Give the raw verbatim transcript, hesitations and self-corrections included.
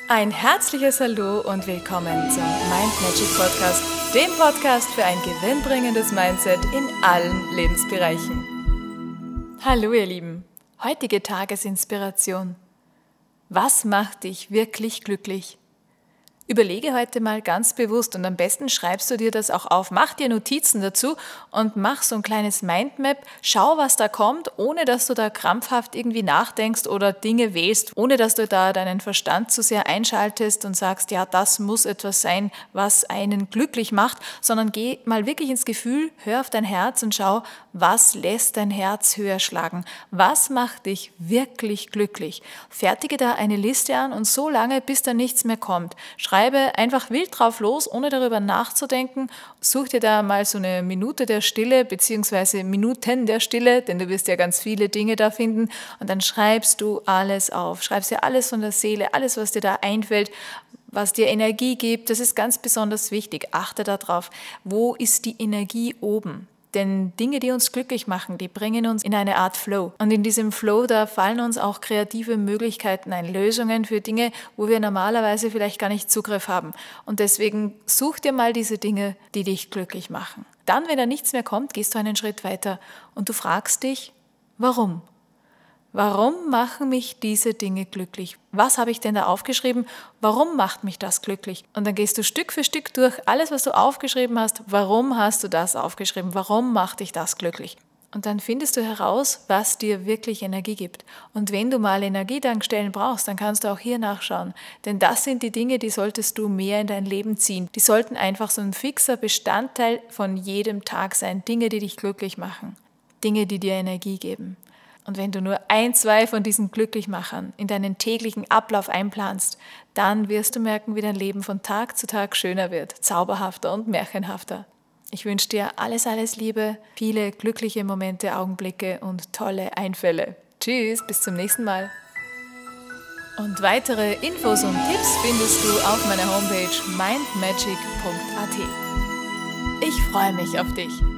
Ein herzliches Hallo und willkommen zum Mind Magic Podcast, dem Podcast für ein gewinnbringendes Mindset in allen Lebensbereichen. Hallo ihr Lieben, heutige Tagesinspiration. Was macht dich wirklich glücklich? Überlege heute mal ganz bewusst und am besten schreibst du dir das auch auf. Mach dir Notizen dazu und mach so ein kleines Mindmap. Schau, was da kommt, ohne dass du da krampfhaft irgendwie nachdenkst oder Dinge wählst, ohne dass du da deinen Verstand zu sehr einschaltest und sagst, ja, das muss etwas sein, was einen glücklich macht, sondern geh mal wirklich ins Gefühl, hör auf dein Herz und schau, was lässt dein Herz höher schlagen? Was macht dich wirklich glücklich? Fertige da eine Liste an und so lange, bis da nichts mehr kommt. Schreibe einfach wild drauf los, ohne darüber nachzudenken. Such dir da mal so eine Minute der Stille, beziehungsweise Minuten der Stille, denn du wirst ja ganz viele Dinge da finden. Und dann schreibst du alles auf. Schreibst dir alles von der Seele, alles, was dir da einfällt, was dir Energie gibt. Das ist ganz besonders wichtig. Achte darauf, wo ist die Energie oben? Denn Dinge, die uns glücklich machen, die bringen uns in eine Art Flow. Und in diesem Flow, da fallen uns auch kreative Möglichkeiten ein, Lösungen für Dinge, wo wir normalerweise vielleicht gar nicht Zugriff haben. Und deswegen such dir mal diese Dinge, die dich glücklich machen. Dann, wenn da nichts mehr kommt, gehst du einen Schritt weiter und du fragst dich, warum? Warum machen mich diese Dinge glücklich? Was habe ich denn da aufgeschrieben? Warum macht mich das glücklich? Und dann gehst du Stück für Stück durch alles, was du aufgeschrieben hast. Warum hast du das aufgeschrieben? Warum macht dich das glücklich? Und dann findest du heraus, was dir wirklich Energie gibt. Und wenn du mal Energietankstellen brauchst, dann kannst du auch hier nachschauen. Denn das sind die Dinge, die solltest du mehr in dein Leben ziehen. Die sollten einfach so ein fixer Bestandteil von jedem Tag sein. Dinge, die dich glücklich machen. Dinge, die dir Energie geben. Und wenn du nur ein, zwei von diesen Glücklichmachern in deinen täglichen Ablauf einplanst, dann wirst du merken, wie dein Leben von Tag zu Tag schöner wird, zauberhafter und märchenhafter. Ich wünsche dir alles, alles Liebe, viele glückliche Momente, Augenblicke und tolle Einfälle. Tschüss, bis zum nächsten Mal. Und weitere Infos und Tipps findest du auf meiner Homepage mind magic punkt a t. Ich freue mich auf dich.